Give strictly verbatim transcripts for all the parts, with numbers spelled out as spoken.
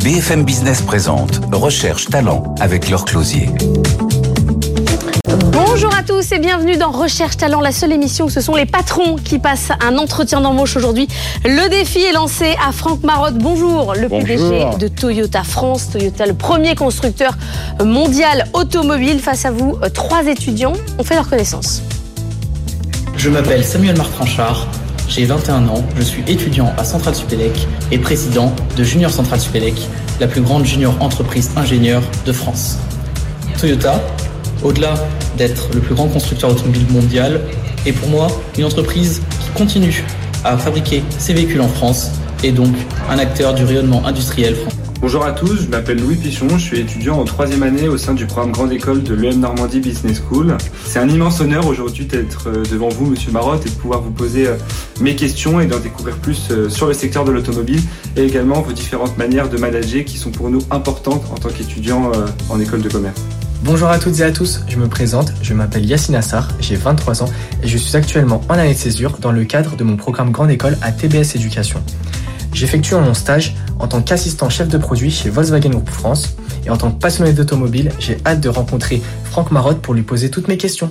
B F M Business présente Recherche Talent avec Laure Closier. Bonjour à tous et bienvenue dans Recherche Talent, la seule émission où ce sont les patrons qui passent un entretien d'embauche aujourd'hui. Le défi est lancé à Franck Marotte. Bonjour, le Bonjour. P D G de Toyota France. Toyota, le premier constructeur mondial automobile. Face à vous, trois étudiants ont fait leur connaissance. Je m'appelle Samuel Marc-Franchard, j'ai vingt et un ans, je suis étudiant à Centrale Supélec et président de Junior Centrale Supélec, la plus grande junior entreprise ingénieure de France. Toyota, au-delà d'être le plus grand constructeur automobile mondial, est pour moi une entreprise qui continue à fabriquer ses véhicules en France et donc un acteur du rayonnement industriel français. Bonjour à tous, je m'appelle Louis Pichon, je suis étudiant en troisième année au sein du programme Grande École de l'E M Normandie Business School. C'est un immense honneur aujourd'hui d'être devant vous, Monsieur Marotte, et de pouvoir vous poser mes questions et d'en découvrir plus sur le secteur de l'automobile et également vos différentes manières de manager qui sont pour nous importantes en tant qu'étudiants en école de commerce. Bonjour à toutes et à tous, je me présente, je m'appelle Yassine Assar, j'ai vingt-trois ans et je suis actuellement en année de césure dans le cadre de mon programme Grande École à T B S Éducation. J'effectue mon stage en tant qu'assistant chef de produit chez Volkswagen Group France et en tant que passionné d'automobile, j'ai hâte de rencontrer Franck Marotte pour lui poser toutes mes questions.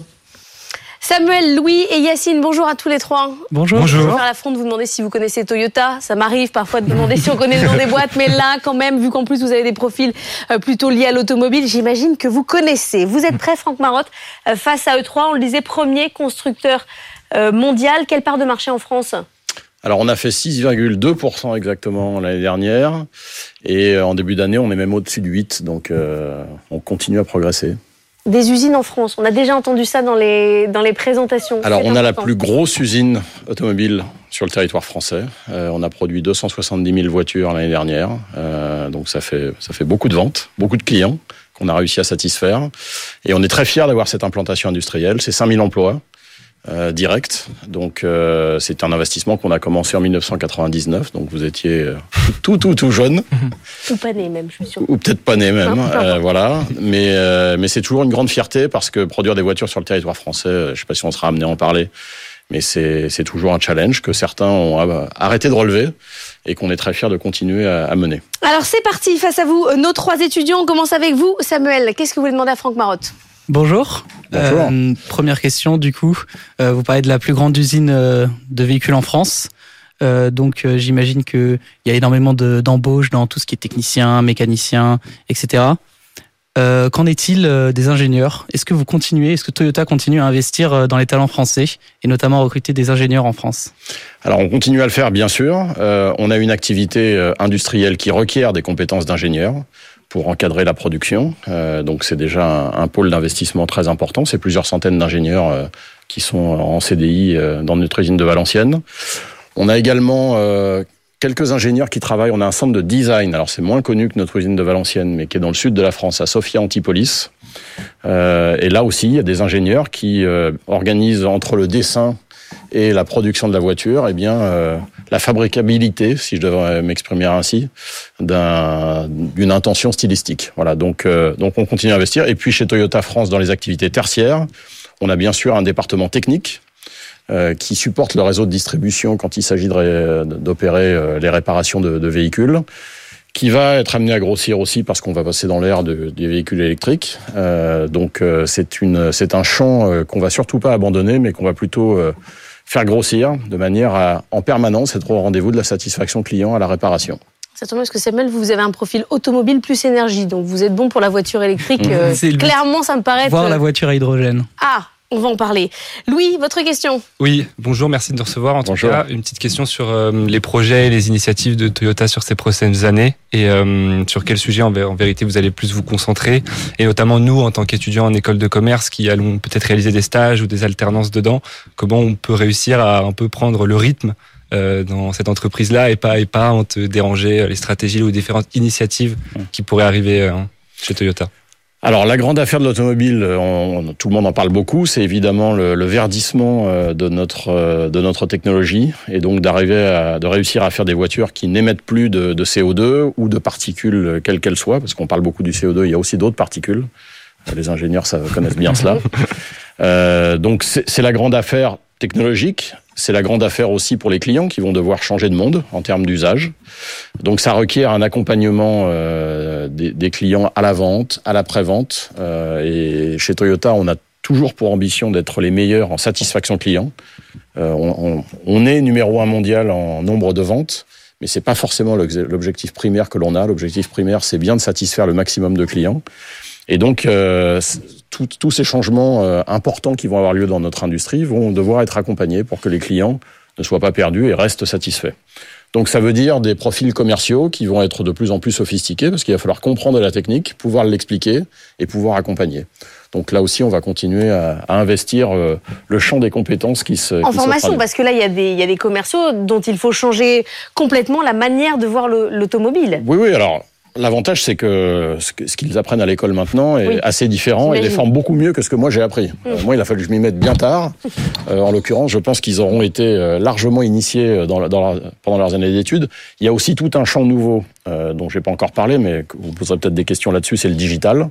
Samuel, Louis et Yacine, bonjour à tous les trois. Bonjour. Bonjour. Je vais faire l'affront de vous demander si vous connaissez Toyota. Ça m'arrive parfois de demander si on connaît le nom des boîtes, mais là, quand même, vu qu'en plus vous avez des profils plutôt liés à l'automobile, j'imagine que vous connaissez. Vous êtes prêts, Franck Marotte, face à eux trois, on le disait, premier constructeur mondial. Quelle part de marché en France ? Alors, on a fait six virgule deux pour cent exactement l'année dernière. Et en début d'année, on est même au-dessus de huit. Donc, euh, on continue à progresser. Des usines en France, on a déjà entendu ça dans les, dans les présentations. Alors, on a la plus grosse usine automobile sur le territoire français. Euh, on a produit deux cent soixante-dix mille voitures l'année dernière. Euh, donc, ça fait, ça fait beaucoup de ventes, beaucoup de clients qu'on a réussi à satisfaire. Et on est très fiers d'avoir cette implantation industrielle. C'est cinq mille emplois. Euh, direct. Donc, euh, c'est un investissement qu'on a commencé en dix-neuf cent quatre-vingt-dix-neuf. Donc, vous étiez euh, tout, tout, tout jeune. Ou pas né même, je suis sûre. Ou peut-être pas né même. Euh, voilà. Mais, euh, mais c'est toujours une grande fierté parce que produire des voitures sur le territoire français, je ne sais pas si on sera amené à en parler, mais c'est, c'est toujours un challenge que certains ont arrêté de relever et qu'on est très fiers de continuer à, à mener. Alors, c'est parti. Face à vous, nos trois étudiants. On commence avec vous, Samuel. Qu'est-ce que vous voulez demander à Franck Marotte ? Bonjour. Bonjour. Euh, première question du coup, euh, vous parlez de la plus grande usine euh, de véhicules en France. Euh, donc euh, j'imagine qu'il y a énormément de, d'embauches dans tout ce qui est technicien, mécanicien, et cetera. Euh, qu'en est-il euh, des ingénieurs ? Est-ce que vous continuez, est-ce que Toyota continue à investir euh, dans les talents français et notamment à recruter des ingénieurs en France ? Alors on continue à le faire bien sûr. Euh, on a une activité euh, industrielle qui requiert des compétences d'ingénieurs pour encadrer la production. Euh, donc c'est déjà un, un pôle d'investissement très important. C'est plusieurs centaines d'ingénieurs euh, qui sont en C D I euh, dans notre usine de Valenciennes. On a également euh, quelques ingénieurs qui travaillent. On a un centre de design. Alors c'est moins connu que notre usine de Valenciennes, mais qui est dans le sud de la France, à Sophia Antipolis. Euh, et là aussi, il y a des ingénieurs qui euh, organisent entre le dessin et la production de la voiture, eh bien, euh, la fabricabilité, si je devrais m'exprimer ainsi, d'un, d'une intention stylistique. Voilà, donc, euh, donc on continue à investir. Et puis chez Toyota France, dans les activités tertiaires, on a bien sûr un département technique euh, qui supporte le réseau de distribution quand il s'agit de ré, d'opérer euh, les réparations de, de véhicules, qui va être amené à grossir aussi parce qu'on va passer dans l'ère de, des véhicules électriques. Euh, donc euh, c'est une, c'est un champ euh, qu'on va surtout pas abandonner, mais qu'on va plutôt euh, faire grossir de manière à, en permanence, être au rendez-vous de la satisfaction client à la réparation. Ça tombe parce que Samuel, vous avez un profil automobile plus énergie, donc vous êtes bon pour la voiture électrique. Euh, clairement, ça me paraît. Voir la voiture à hydrogène. Ah, on va en parler. Louis, votre question ? Oui, bonjour, merci de nous recevoir. En tout bonjour. cas, une petite question sur euh, les projets et les initiatives de Toyota sur ces prochaines années et euh, sur quel sujet en, en vérité vous allez plus vous concentrer, et notamment nous en tant qu'étudiants en école de commerce qui allons peut-être réaliser des stages ou des alternances dedans, comment on peut réussir à un peu prendre le rythme euh, dans cette entreprise-là et pas, et pas en te déranger les stratégies ou différentes initiatives qui pourraient arriver euh, chez Toyota. Alors, la grande affaire de l'automobile, on, tout le monde en parle beaucoup, c'est évidemment le, le verdissement de notre, de notre technologie, et donc d'arriver à, de réussir à faire des voitures qui n'émettent plus de, de C O deux ou de particules quelles qu'elles soient, parce qu'on parle beaucoup du C O deux, il y a aussi d'autres particules. Les ingénieurs ça, connaissent bien cela. Euh, donc, c'est, c'est la grande affaire technologique. c'est la grande affaire aussi pour les clients qui vont devoir changer de monde en termes d'usage. Donc ça requiert un accompagnement euh, des, des clients à la vente, à l'après-vente. Euh, et chez Toyota, on a toujours pour ambition d'être les meilleurs en satisfaction client. Euh, on, on, on est numéro un mondial en nombre de ventes, mais c'est pas forcément l'objectif primaire que l'on a. L'objectif primaire, c'est bien de satisfaire le maximum de clients. Et donc, euh, tous ces changements euh, importants qui vont avoir lieu dans notre industrie vont devoir être accompagnés pour que les clients ne soient pas perdus et restent satisfaits. Donc, ça veut dire des profils commerciaux qui vont être de plus en plus sophistiqués parce qu'il va falloir comprendre la technique, pouvoir l'expliquer et pouvoir accompagner. Donc là aussi, on va continuer à, à investir euh, le champ des compétences qui se En qui formation, parce que là, il y a des, il y a des commerciaux dont il faut changer complètement la manière de voir le, l'automobile. Oui, oui, alors... L'avantage, c'est que ce qu'ils apprennent à l'école maintenant est oui. assez différent J'imagine. et les forme beaucoup mieux que ce que moi j'ai appris. Mmh. Euh, moi, il a fallu que je m'y mette bien tard. Euh, en l'occurrence, je pense qu'ils auront été largement initiés dans, dans leur, pendant leurs années d'études. Il y a aussi tout un champ nouveau euh, dont j'ai pas encore parlé, mais vous poserez peut-être des questions là-dessus, c'est le digital.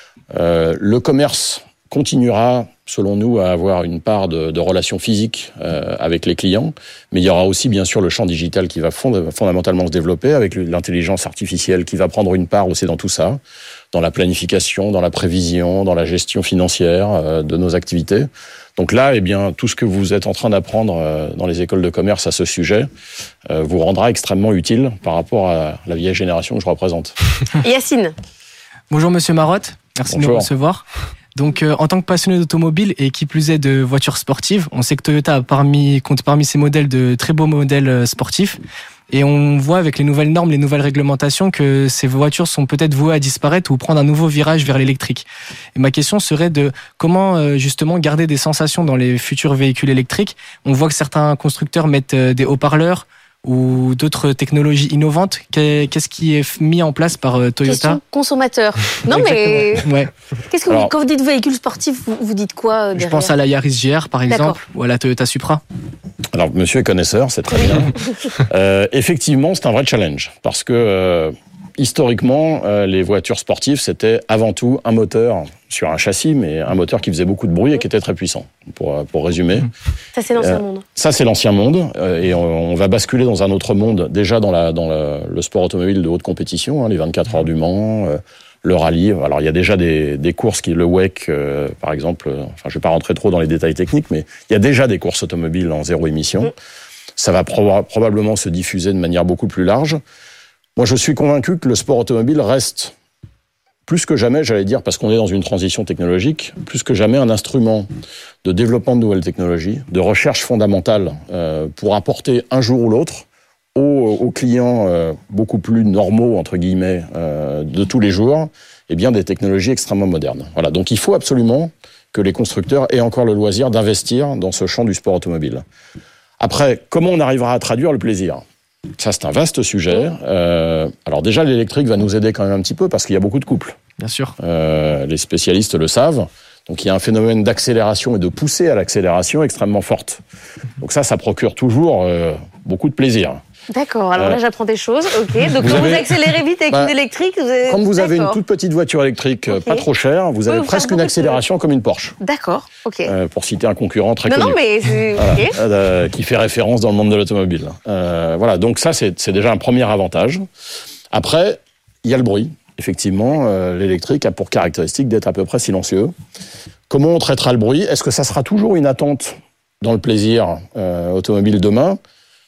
Euh, le commerce continuera, selon nous, à avoir une part de, de relations physiques euh, avec les clients, mais il y aura aussi bien sûr le champ digital qui va fond, fondamentalement se développer, avec l'intelligence artificielle qui va prendre une part aussi dans tout ça, dans la planification, dans la prévision, dans la gestion financière euh, de nos activités. Donc là, eh bien, tout ce que vous êtes en train d'apprendre euh, dans les écoles de commerce à ce sujet euh, vous rendra extrêmement utile par rapport à la vieille génération que je représente. Yacine. Bonjour Monsieur Marotte, merci Bonjour. de nous recevoir. Donc, euh, en tant que passionné d'automobile et qui plus est de voitures sportives, on sait que Toyota a parmi, compte parmi ses modèles de très beaux modèles sportifs. Et on voit avec les nouvelles normes, les nouvelles réglementations que ces voitures sont peut-être vouées à disparaître ou prendre un nouveau virage vers l'électrique. Et ma question serait de comment euh, justement garder des sensations dans les futurs véhicules électriques. On voit que certains constructeurs mettent euh, des haut-parleurs ou d'autres technologies innovantes. Qu'est-ce qui est mis en place par Toyota ? Question consommateur. Non mais ouais. Qu'est-ce que vous, Alors, quand vous dites véhicule sportif, vous, vous dites quoi derrière ? Je pense à la Yaris G R par exemple, D'accord. ou à la Toyota Supra. Alors monsieur est connaisseur, c'est très bien. euh, effectivement, c'est un vrai challenge parce que euh, historiquement, euh, les voitures sportives, c'était avant tout un moteur sur un châssis, mais un moteur qui faisait beaucoup de bruit et qui était très puissant, pour, pour résumer. Ça, c'est l'ancien euh, monde. Ça, c'est l'ancien monde. Euh, et on, on va basculer dans un autre monde, déjà dans, la, dans la, le sport automobile de haute compétition, hein, les vingt-quatre heures du Mans, euh, le rallye. Alors, il y a déjà des, des courses, qui, le W E C, euh, par exemple. Euh, enfin, je ne vais pas rentrer trop dans les détails techniques, mais il y a déjà des courses automobiles en zéro émission. Mmh. Ça va pro- probablement se diffuser de manière beaucoup plus large. Moi, je suis convaincu que le sport automobile reste, plus que jamais, j'allais dire, parce qu'on est dans une transition technologique, plus que jamais un instrument de développement de nouvelles technologies, de recherche fondamentale euh, pour apporter un jour ou l'autre aux, aux clients euh, beaucoup plus normaux, entre guillemets, euh, de tous les jours, eh bien, des technologies extrêmement modernes. Voilà. Donc, il faut absolument que les constructeurs aient encore le loisir d'investir dans ce champ du sport automobile. Après, comment on arrivera à traduire le plaisir ? Ça, c'est un vaste sujet. Euh, alors déjà, l'électrique va nous aider quand même un petit peu parce qu'il y a beaucoup de couples. Bien sûr. Euh, les spécialistes le savent. Donc, il y a un phénomène d'accélération et de poussée à l'accélération extrêmement forte. Donc ça, ça procure toujours euh, beaucoup de plaisir. D'accord, alors là, euh, j'apprends des choses. Ok. Donc, vous quand avez, vous accélérez vite avec bah, une électrique, vous avez... Quand vous D'accord. avez une toute petite voiture électrique, okay. pas trop chère, vous avez oui, presque une accélération de... comme une Porsche. D'accord, ok. Euh, pour citer un concurrent très non, connu. Non, mais c'est... Voilà, okay. euh, qui fait référence dans le monde de l'automobile. Euh, voilà, donc ça, c'est, c'est déjà un premier avantage. Après, il y a le bruit. Effectivement, euh, l'électrique a pour caractéristique d'être à peu près silencieux. Comment on traitera le bruit ? Est-ce que ça sera toujours une attente dans le plaisir euh, automobile demain ?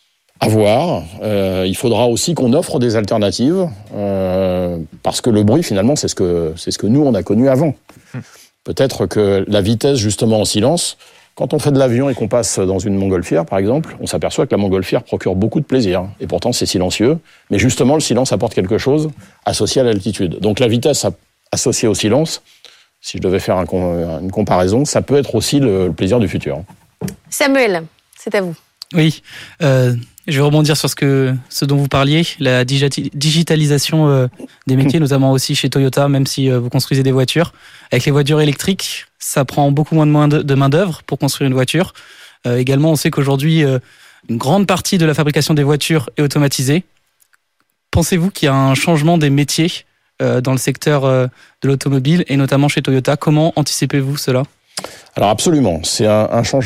À voir. Euh, il faudra aussi qu'on offre des alternatives euh, parce que le bruit, finalement, c'est ce que c'est ce que nous on a connu avant. Hum. Peut-être que la vitesse, justement, en silence. Quand on fait de l'avion et qu'on passe dans une montgolfière, par exemple, on s'aperçoit que la montgolfière procure beaucoup de plaisir. Et pourtant, c'est silencieux. Mais justement, le silence apporte quelque chose associé à l'altitude. Donc la vitesse associée au silence, si je devais faire un, une comparaison, ça peut être aussi le, le plaisir du futur. Samuel, c'est à vous. Oui, euh, je vais rebondir sur ce, que, ce dont vous parliez, la digitalisation euh, des métiers, notamment aussi chez Toyota, même si euh, vous construisez des voitures. Avec les voitures électriques, ça prend beaucoup moins de, main de, de main-d'œuvre pour construire une voiture. Euh, également, on sait qu'aujourd'hui, euh, une grande partie de la fabrication des voitures est automatisée. Pensez-vous qu'il y a un changement des métiers euh, dans le secteur euh, de l'automobile, et notamment chez Toyota ? Comment anticipez-vous cela ? Alors absolument, c'est un, un changement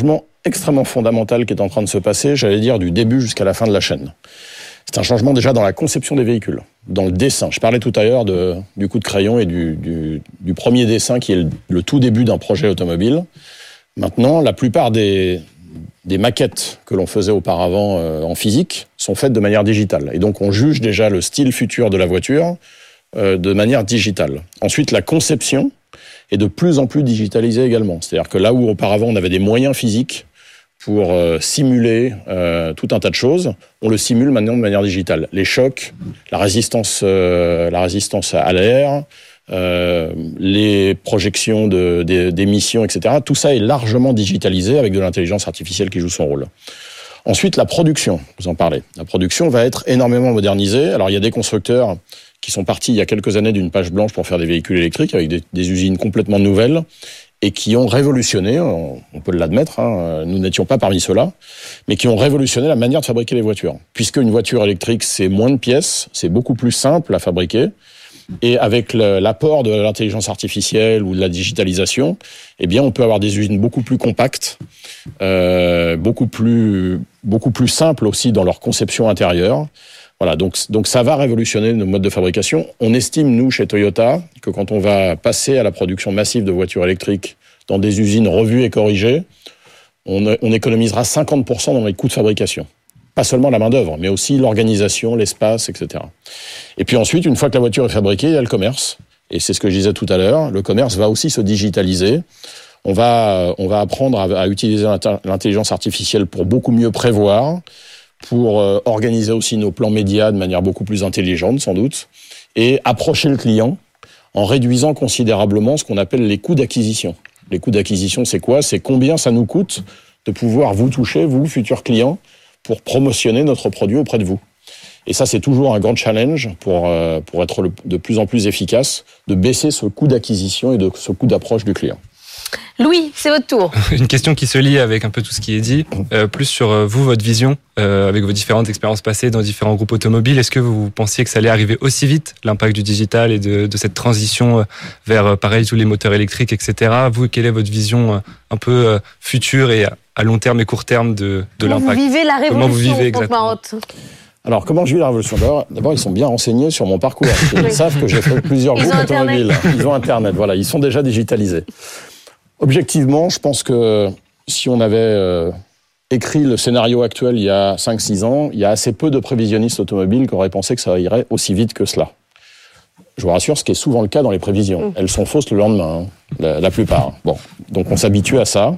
extrêmement fondamental qui est en train de se passer, j'allais dire du début jusqu'à la fin de la chaîne. C'est un changement déjà dans la conception des véhicules, dans le dessin. Je parlais tout à l'heure de, du coup de crayon et du, du, du premier dessin qui est le, le tout début d'un projet automobile. Maintenant, la plupart des, des maquettes que l'on faisait auparavant euh, en physique sont faites de manière digitale. Et donc, on juge déjà le style futur de la voiture euh, de manière digitale. Ensuite, la conception est de plus en plus digitalisée également. C'est-à-dire que là où auparavant on avait des moyens physiques pour euh, simuler euh, tout un tas de choses, on le simule maintenant de manière digitale. Les chocs, la résistance, euh, la résistance à l'air, euh, les projections de, de, d'émissions, et cetera. Tout ça est largement digitalisé avec de l'intelligence artificielle qui joue son rôle. Ensuite, la production, vous en parlez. La production va être énormément modernisée. Alors, il y a des constructeurs qui sont partis il y a quelques années d'une page blanche pour faire des véhicules électriques avec des, des usines complètement nouvelles et qui ont révolutionné, on peut l'admettre, hein, nous n'étions pas parmi ceux-là, mais qui ont révolutionné la manière de fabriquer les voitures. Puisque une voiture électrique, c'est moins de pièces, c'est beaucoup plus simple à fabriquer, et avec le, l'apport de l'intelligence artificielle ou de la digitalisation, eh bien, on peut avoir des usines beaucoup plus compactes, euh, beaucoup plus, beaucoup plus simples aussi dans leur conception intérieure. Voilà, donc, donc ça va révolutionner nos modes de fabrication. On estime, nous, chez Toyota, que quand on va passer à la production massive de voitures électriques dans des usines revues et corrigées, on, on économisera cinquante pour cent dans les coûts de fabrication. Pas seulement la main-d'œuvre, mais aussi l'organisation, l'espace, et cetera. Et puis ensuite, une fois que la voiture est fabriquée, il y a le commerce. Et c'est ce que je disais tout à l'heure, le commerce va aussi se digitaliser. On va, on va apprendre à, à utiliser l'intelligence artificielle pour beaucoup mieux prévoir, pour euh, organiser aussi nos plans médias de manière beaucoup plus intelligente, sans doute, et approcher le client en réduisant considérablement ce qu'on appelle les coûts d'acquisition. Les coûts d'acquisition, c'est quoi ? C'est combien ça nous coûte de pouvoir vous toucher, vous, futurs clients, pour promotionner notre produit auprès de vous. Et ça, c'est toujours un grand challenge pour, euh, pour être le, de plus en plus efficace, de baisser ce coût d'acquisition et de ce coût d'approche du client. Louis, c'est votre tour. Une question qui se lie avec un peu tout ce qui est dit, euh, plus sur euh, vous, votre vision, euh, avec vos différentes expériences passées dans différents groupes automobiles. Est-ce que vous pensiez que ça allait arriver aussi vite, l'impact du digital et de, de cette transition euh, vers, euh, pareil, tous les moteurs électriques, et cetera. Vous, quelle est votre vision euh, un peu euh, future et à, à long terme et court terme de, de Comment l'impact ? Vous vivez la révolution, Comment vous vivez exactement ? Alors, comment je vis la révolution ? D'abord, d'abord, ils sont bien renseignés sur mon parcours. Ils savent que j'ai fait plusieurs ils groupes automobiles. Internet. Ils ont Internet, voilà, ils sont déjà digitalisés. Objectivement, je pense que si on avait euh, écrit le scénario actuel il y a cinq six ans, il y a assez peu de prévisionnistes automobiles qui auraient pensé que ça irait aussi vite que cela. Je vous rassure, ce qui est souvent le cas dans les prévisions. Mmh. Elles sont fausses le lendemain, hein, la, la plupart. Bon, donc on s'habitue à ça.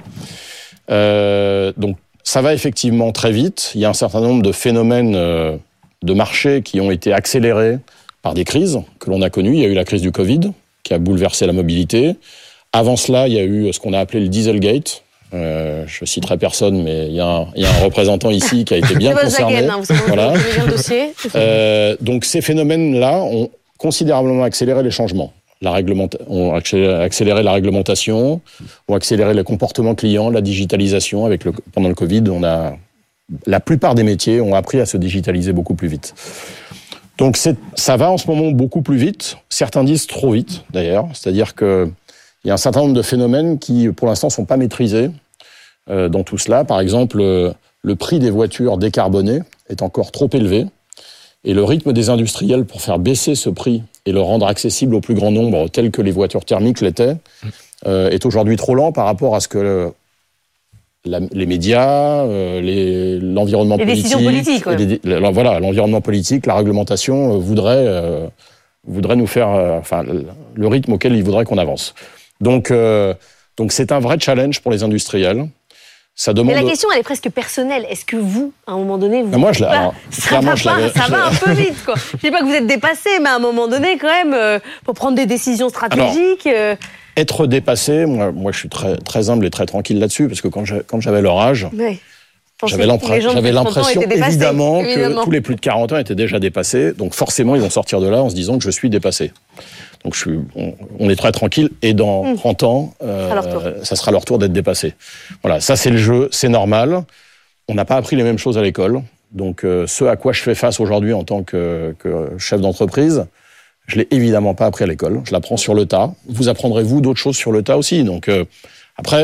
Euh, donc ça va effectivement très vite. Il y a un certain nombre de phénomènes euh, de marché qui ont été accélérés par des crises que l'on a connues. Il y a eu la crise du Covid qui a bouleversé la mobilité. Avant cela, il y a eu ce qu'on a appelé le Dieselgate. Euh, je citerai personne, mais il y, a un, il y a un représentant ici qui a été bien concerné. Hein, vous voilà. Bien le dossier. Euh, donc ces phénomènes-là ont considérablement accéléré les changements. La réglementa- ont accéléré, accéléré la réglementation, ont accéléré les comportements clients, la digitalisation. Avec le, pendant le Covid, on a, la plupart des métiers ont appris à se digitaliser beaucoup plus vite. Donc c'est, ça va en ce moment beaucoup plus vite. Certains disent trop vite, d'ailleurs. C'est-à-dire que il y a un certain nombre de phénomènes qui, pour l'instant, ne sont pas maîtrisés euh, dans tout cela. Par exemple, euh, le prix des voitures décarbonées est encore trop élevé. Et le rythme des industriels pour faire baisser ce prix et le rendre accessible au plus grand nombre, tel que les voitures thermiques l'étaient, euh, est aujourd'hui trop lent par rapport à ce que le, la, les médias, euh, les, l'environnement les politique... décisions politiques, ouais. les, les, voilà, l'environnement politique, la réglementation euh, voudrait, euh, voudrait nous faire... Euh, enfin, le, le rythme auquel ils voudraient qu'on avance. Donc, euh, donc c'est un vrai challenge pour les industriels. Ça demande... Mais la question, elle est presque personnelle. Est-ce que vous, à un moment donné, vous... Mais moi, je l'ai... Pas, Alors, ça va, je pas, ça va un peu vite, quoi. Je dis pas que vous êtes dépassé, mais à un moment donné, quand même, euh, pour prendre des décisions stratégiques... Alors, euh... être dépassé, moi, moi, je suis très, très humble et très tranquille là-dessus, parce que quand, je, quand j'avais leur âge... Ouais. J'avais, j'avais l'impression, évidemment, évidemment, que tous les plus de quarante ans étaient déjà dépassés. Donc forcément, ils vont sortir de là en se disant que je suis dépassé. Donc je suis, on, on est très tranquille. Et dans mmh. trente ans, euh, ça sera leur tour d'être dépassé. Voilà, ça c'est le jeu, c'est normal. On n'a pas appris les mêmes choses à l'école. Donc euh, ce à quoi je fais face aujourd'hui en tant que, que chef d'entreprise, je l'ai évidemment pas appris à l'école. Je l'apprends sur le tas. Vous apprendrez, vous, d'autres choses sur le tas aussi. Donc euh, après...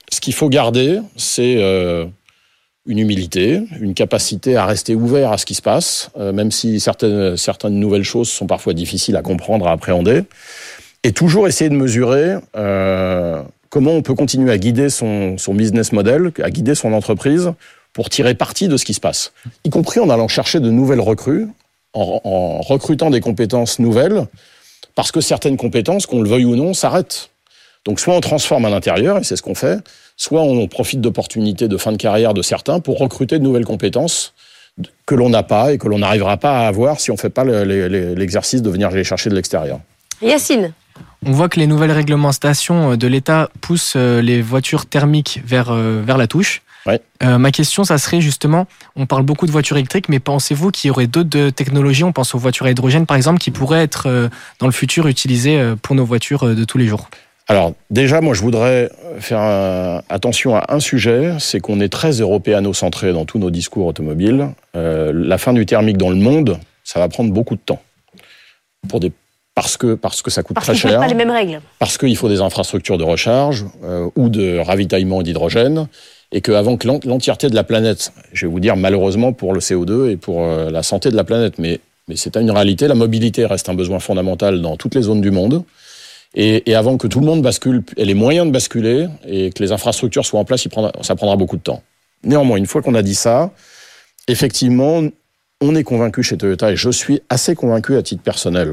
Ce qu'il faut garder, c'est euh, une humilité, une capacité à rester ouvert à ce qui se passe, euh, même si certaines, certaines nouvelles choses sont parfois difficiles à comprendre, à appréhender, et toujours essayer de mesurer euh, comment on peut continuer à guider son, son business model, à guider son entreprise pour tirer parti de ce qui se passe, y compris en allant chercher de nouvelles recrues, en, en recrutant des compétences nouvelles, parce que certaines compétences, qu'on le veuille ou non, s'arrêtent. Donc soit on transforme à l'intérieur, et c'est ce qu'on fait, soit on profite d'opportunités de fin de carrière de certains pour recruter de nouvelles compétences que l'on n'a pas et que l'on n'arrivera pas à avoir si on ne fait pas le, le, l'exercice de venir les chercher de l'extérieur. Yacine. On voit que les nouvelles réglementations de l'État poussent les voitures thermiques vers, vers la touche. Ouais. Euh, ma question, ça serait justement, on parle beaucoup de voitures électriques, mais pensez-vous qu'il y aurait d'autres technologies, on pense aux voitures à hydrogène par exemple, qui pourraient être dans le futur utilisées pour nos voitures de tous les jours ? Alors déjà, moi je voudrais faire un, attention à un sujet, c'est qu'on est très européano-centré dans tous nos discours automobiles. Euh, la fin du thermique dans le monde, ça va prendre beaucoup de temps. Pour des, parce, que, parce que ça coûte parce très cher. Parce qu'il n'y a pas les mêmes règles. Parce qu'il faut des infrastructures de recharge euh, ou de ravitaillement d'hydrogène. Et qu'avant que l'entièreté de la planète, je vais vous dire malheureusement pour le C O deux et pour euh, la santé de la planète, mais, mais c'est une réalité, la mobilité reste un besoin fondamental dans toutes les zones du monde. Et, et avant que tout le monde bascule, ait les moyens de basculer et que les infrastructures soient en place, il prendra, ça prendra beaucoup de temps. Néanmoins, une fois qu'on a dit ça, effectivement, on est convaincu chez Toyota, et je suis assez convaincu à titre personnel,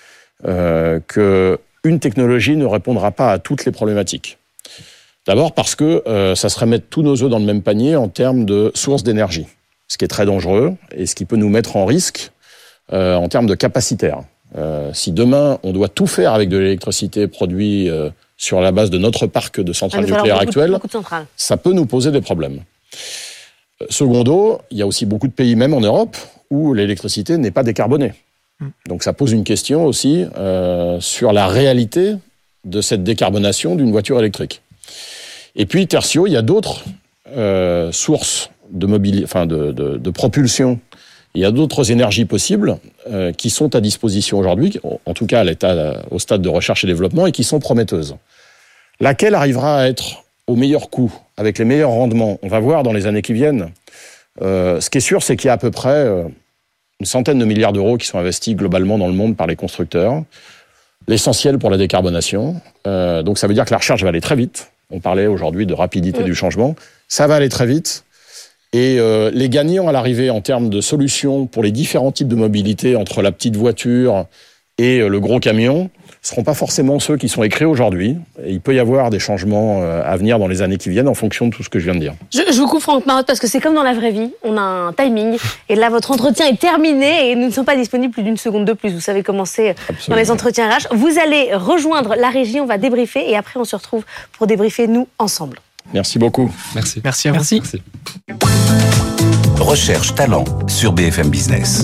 euh, qu'une technologie ne répondra pas à toutes les problématiques. D'abord parce que euh, ça serait mettre tous nos œufs dans le même panier en termes de sources d'énergie, ce qui est très dangereux et ce qui peut nous mettre en risque euh, en termes de capacitaire. Euh, si demain, on doit tout faire avec de l'électricité produite euh, sur la base de notre parc de centrales ah, nucléaires actuelles, ça peut nous poser des problèmes. Euh, secondo, il y a aussi beaucoup de pays, même en Europe, où l'électricité n'est pas décarbonée. Mm. Donc ça pose une question aussi euh, sur la réalité de cette décarbonation d'une voiture électrique. Et puis, tertio, il y a d'autres euh, sources de, mobili- enfin de, de, de propulsion. Il y a d'autres énergies possibles euh, qui sont à disposition aujourd'hui, en tout cas à l'état, au stade de recherche et développement, et qui sont prometteuses. Laquelle arrivera à être au meilleur coût, avec les meilleurs rendements ? On va voir dans les années qui viennent. Euh, ce qui est sûr, c'est qu'il y a à peu près euh, une centaine de milliards d'euros qui sont investis globalement dans le monde par les constructeurs. L'essentiel pour la décarbonation. Euh, donc ça veut dire que la recherche va aller très vite. On parlait aujourd'hui de rapidité mmh. du changement. Ça va aller très vite. Et euh, les gagnants à l'arrivée en termes de solutions pour les différents types de mobilité entre la petite voiture et euh, le gros camion ne seront pas forcément ceux qui sont écrits aujourd'hui. Et il peut y avoir des changements euh, à venir dans les années qui viennent en fonction de tout ce que je viens de dire. Je, je vous coupe Franck Marotte parce que c'est comme dans la vraie vie. On a un timing. Et là, votre entretien est terminé et nous ne sommes pas disponibles plus d'une seconde de plus. Vous savez comment c'est dans les entretiens R H. Vous allez rejoindre la régie, on va débriefer et après on se retrouve pour débriefer nous ensemble. Merci beaucoup. Merci. Merci à vous. Merci. Merci. Recherche talent sur B F M Business.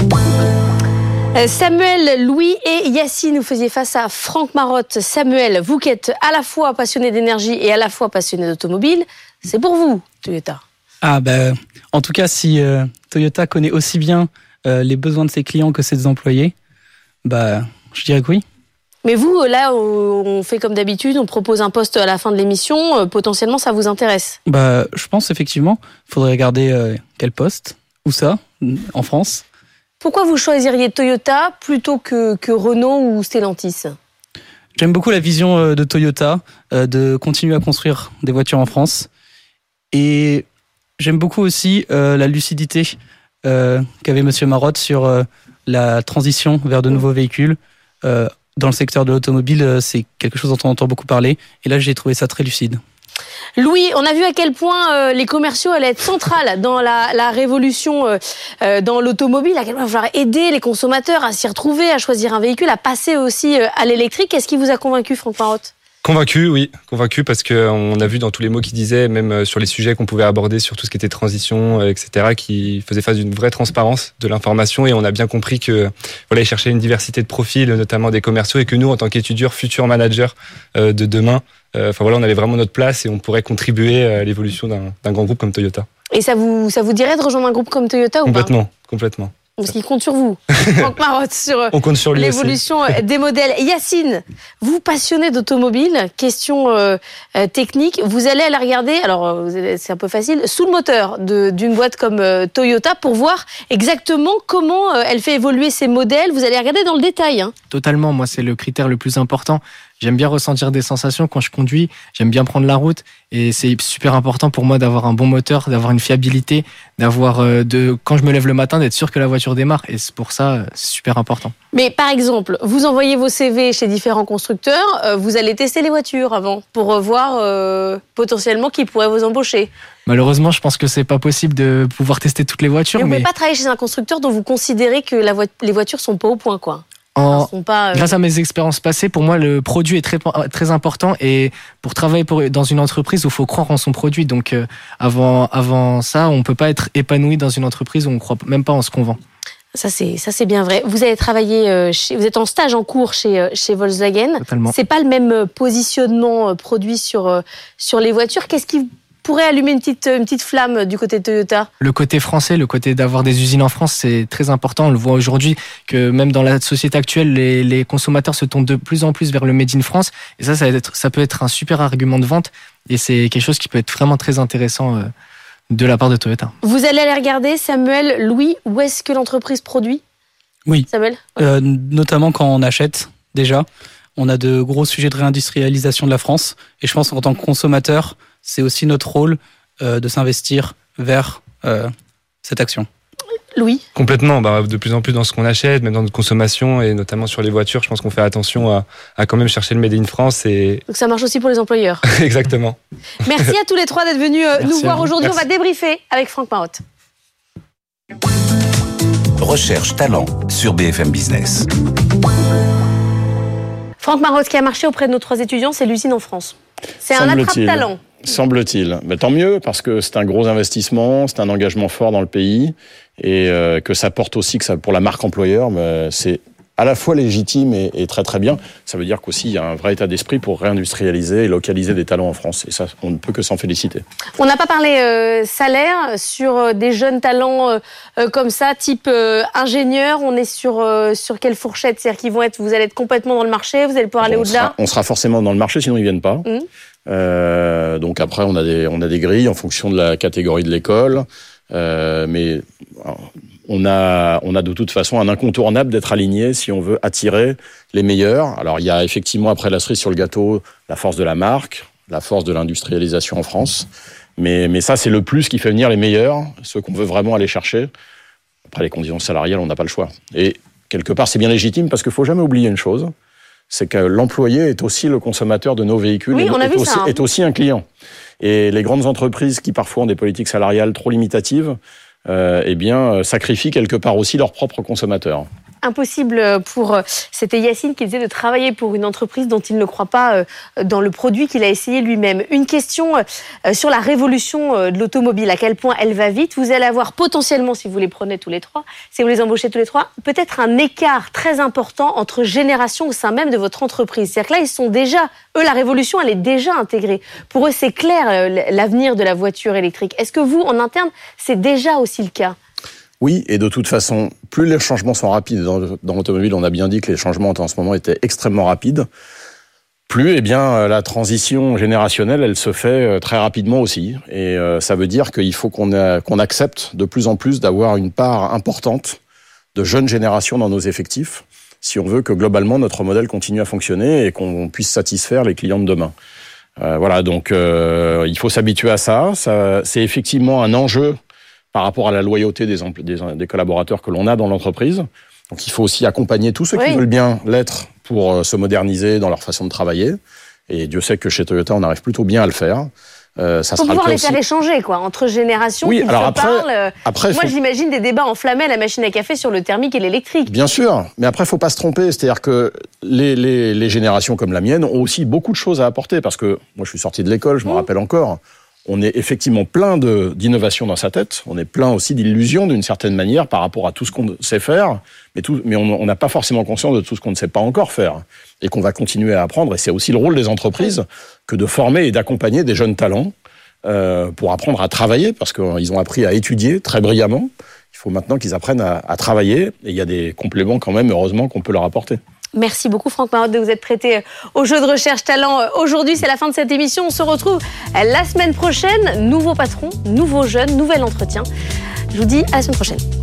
Samuel, Louis et Yacine, vous faisiez face à Franck Marotte. Samuel, vous qui êtes à la fois passionné d'énergie et à la fois passionné d'automobile, c'est pour vous, Toyota. Ah ben, en tout cas, si euh, Toyota connaît aussi bien euh, les besoins de ses clients que ses employés, bah, je dirais que oui. Mais vous, là, on fait comme d'habitude, on propose un poste à la fin de l'émission. Potentiellement, ça vous intéresse ? Bah, je pense effectivement. Il faudrait regarder euh, quel poste, où ça, en France. Pourquoi vous choisiriez Toyota plutôt que, que Renault ou Stellantis ? J'aime beaucoup la vision de Toyota, euh, de continuer à construire des voitures en France. Et j'aime beaucoup aussi euh, la lucidité euh, qu'avait Monsieur Marotte sur euh, la transition vers de nouveaux véhicules. Euh, Dans le secteur de l'automobile, c'est quelque chose dont on entend beaucoup parler. Et là, j'ai trouvé ça très lucide. Louis, on a vu à quel point euh, les commerciaux allaient être centrales dans la, la révolution euh, euh, dans l'automobile, à quel point il va falloir aider les consommateurs à s'y retrouver, à choisir un véhicule, à passer aussi euh, à l'électrique. Est-ce qui vous a convaincu, Franck Marotte ? Convaincu, oui, convaincu parce qu'on a vu dans tous les mots qu'il disait, même sur les sujets qu'on pouvait aborder sur tout ce qui était transition, et cetera, qui faisait face d'une vraie transparence de l'information et on a bien compris que voilà, il cherchait une diversité de profils, notamment des commerciaux, et que nous, en tant qu'étudiants, futurs managers de demain, euh, enfin voilà, on avait vraiment notre place et on pourrait contribuer à l'évolution d'un, d'un grand groupe comme Toyota. Et ça vous, ça vous dirait de rejoindre un groupe comme Toyota ou complètement, pas ? Complètement, complètement. Parce qu'il compte sur vous, Franck Marotte, sur On compte sur lui l'évolution aussi. des modèles. Yacine, vous passionné d'automobile, question euh, euh, technique, vous allez la regarder, alors euh, c'est un peu facile, sous le moteur de, d'une boîte comme euh, Toyota pour voir exactement comment euh, elle fait évoluer ses modèles. Vous allez regarder dans le détail. Hein. Totalement, moi c'est le critère le plus important. J'aime bien ressentir des sensations quand je conduis, j'aime bien prendre la route et c'est super important pour moi d'avoir un bon moteur, d'avoir une fiabilité, d'avoir euh, de quand je me lève le matin d'être sûr que la voiture démarre et c'est pour ça c'est super important. Mais par exemple, vous envoyez vos C V chez différents constructeurs, euh, vous allez tester les voitures avant pour voir euh, potentiellement qui pourrait vous embaucher. Malheureusement, je pense que c'est pas possible de pouvoir tester toutes les voitures. Mais vous ne mais pouvez pas travailler chez un constructeur dont vous considérez que la vo- les voitures sont pas au point, quoi. en, Sont pas, euh... grâce à mes expériences passées, pour moi, le produit est très très important et pour travailler pour, dans une entreprise, il faut croire en son produit. Donc euh, avant avant ça, on peut pas être épanoui dans une entreprise où on croit même pas en ce qu'on vend. Ça c'est ça c'est bien vrai. Vous avez travaillé euh, chez, vous êtes en stage en cours chez chez Volkswagen. Totalement. C'est pas le même positionnement produit sur sur les voitures. Qu'est-ce qui pourrait allumer une petite une petite flamme du côté de Toyota? Le côté français, le côté d'avoir des usines en France, c'est très important. On le voit aujourd'hui que même dans la société actuelle, les, les consommateurs se tournent de plus en plus vers le Made in France. Et ça, ça, va être, ça peut être un super argument de vente. Et c'est quelque chose qui peut être vraiment très intéressant euh, de la part de Toyota. Vous allez aller regarder, Samuel, Louis, où est-ce que l'entreprise produit? Oui, Samuel, euh, notamment quand on achète, déjà. On a de gros sujets de réindustrialisation de la France. Et je pense qu'en tant que consommateur, c'est aussi notre rôle euh, de s'investir vers euh, cette action. Louis? Complètement, bah, de plus en plus dans ce qu'on achète, même dans notre consommation et notamment sur les voitures, je pense qu'on fait attention à, à quand même chercher le Made in France. Et... Donc ça marche aussi pour les employeurs. Exactement. Merci à tous les trois d'être venus euh, nous voir aujourd'hui. Merci. On va débriefer avec Franck Marotte. Recherche talent sur B F M Business. Franck Marotte, qui a marché auprès de nos trois étudiants, c'est l'usine en France. C'est un Semble-t-il. attrape-talent. Semble-t-il. Mais tant mieux, parce que c'est un gros investissement, c'est un engagement fort dans le pays, et euh, que ça porte aussi, que ça, pour la marque employeur, mais c'est à la fois légitime et, et très très bien. Ça veut dire qu'aussi, il y a un vrai état d'esprit pour réindustrialiser et localiser des talents en France. Et ça, on ne peut que s'en féliciter. On n'a pas parlé euh, salaire sur euh, des jeunes talents euh, euh, comme ça, type euh, ingénieur. On est sur, euh, sur quelle fourchette? C'est-à-dire qu'ils vont être, vous allez être complètement dans le marché, vous allez pouvoir aller on au-delà sera, on sera forcément dans le marché, sinon ils viennent pas. Mmh. Euh, donc après, on a des, on a des grilles en fonction de la catégorie de l'école. Euh, mais on a, on a de toute façon un incontournable d'être aligné si on veut attirer les meilleurs. Alors il y a effectivement après la cerise sur le gâteau, la force de la marque, la force de l'industrialisation en France. Mais, mais ça, c'est le plus qui fait venir les meilleurs, ceux qu'on veut vraiment aller chercher. Après les conditions salariales, on n'a pas le choix. Et quelque part, c'est bien légitime parce qu'il faut jamais oublier une chose, c'est que l'employé est aussi le consommateur de nos véhicules oui, et on a est, vu aussi, ça, hein. est aussi un client. Et les grandes entreprises qui parfois ont des politiques salariales trop limitatives, euh, eh bien, sacrifient quelque part aussi leurs propres consommateurs. Impossible pour... C'était Yacine qui disait de travailler pour une entreprise dont il ne croit pas dans le produit qu'il a essayé lui-même. Une question sur la révolution de l'automobile, à quel point elle va vite. Vous allez avoir potentiellement, si vous les prenez tous les trois, si vous les embauchez tous les trois, peut-être un écart très important entre générations au sein même de votre entreprise. C'est-à-dire que là, ils sont déjà... Eux, la révolution, elle est déjà intégrée. Pour eux, c'est clair l'avenir de la voiture électrique. Est-ce que vous, en interne, c'est déjà aussi le cas ? Oui, et de toute façon, plus les changements sont rapides dans, dans l'automobile, on a bien dit que les changements en ce moment étaient extrêmement rapides, plus eh bien la transition générationnelle, elle se fait très rapidement aussi. Et euh, ça veut dire qu'il faut qu'on, a, qu'on accepte de plus en plus d'avoir une part importante de jeunes générations dans nos effectifs, si on veut que globalement notre modèle continue à fonctionner et qu'on puisse satisfaire les clients de demain. Euh, voilà, donc euh, il faut s'habituer à ça. ça. C'est effectivement un enjeu par rapport à la loyauté des, des, des collaborateurs que l'on a dans l'entreprise. Donc il faut aussi accompagner tous ceux oui. qui veulent bien l'être pour euh, se moderniser dans leur façon de travailler. Et Dieu sait que chez Toyota, on arrive plutôt bien à le faire. Euh, ça pour sera pouvoir le cas les faire aussi. Échanger, quoi, entre générations oui, qui alors se après, parlent. Après, Moi, faut... j'imagine des débats enflammés à la machine à café sur le thermique et l'électrique. Bien sûr, mais après, il ne faut pas se tromper. C'est-à-dire que les, les, les générations comme la mienne ont aussi beaucoup de choses à apporter. Parce que moi, je suis sorti de l'école, je me mmh. rappelle encore. On est effectivement plein de, d'innovations dans sa tête. On est plein aussi d'illusions d'une certaine manière par rapport à tout ce qu'on sait faire. Mais, tout, mais on n'a pas forcément conscience de tout ce qu'on ne sait pas encore faire. Et qu'on va continuer à apprendre. Et c'est aussi le rôle des entreprises que de former et d'accompagner des jeunes talents euh, pour apprendre à travailler. Parce qu'ils ont appris à étudier très brillamment. Il faut maintenant qu'ils apprennent à, à travailler. Et il y a des compléments quand même, heureusement, qu'on peut leur apporter. Merci beaucoup Franck Marotte de vous être prêté au jeu de recherche talent. Aujourd'hui, c'est la fin de cette émission. On se retrouve la semaine prochaine. Nouveau patron, nouveau jeune, nouvel entretien. Je vous dis à la semaine prochaine.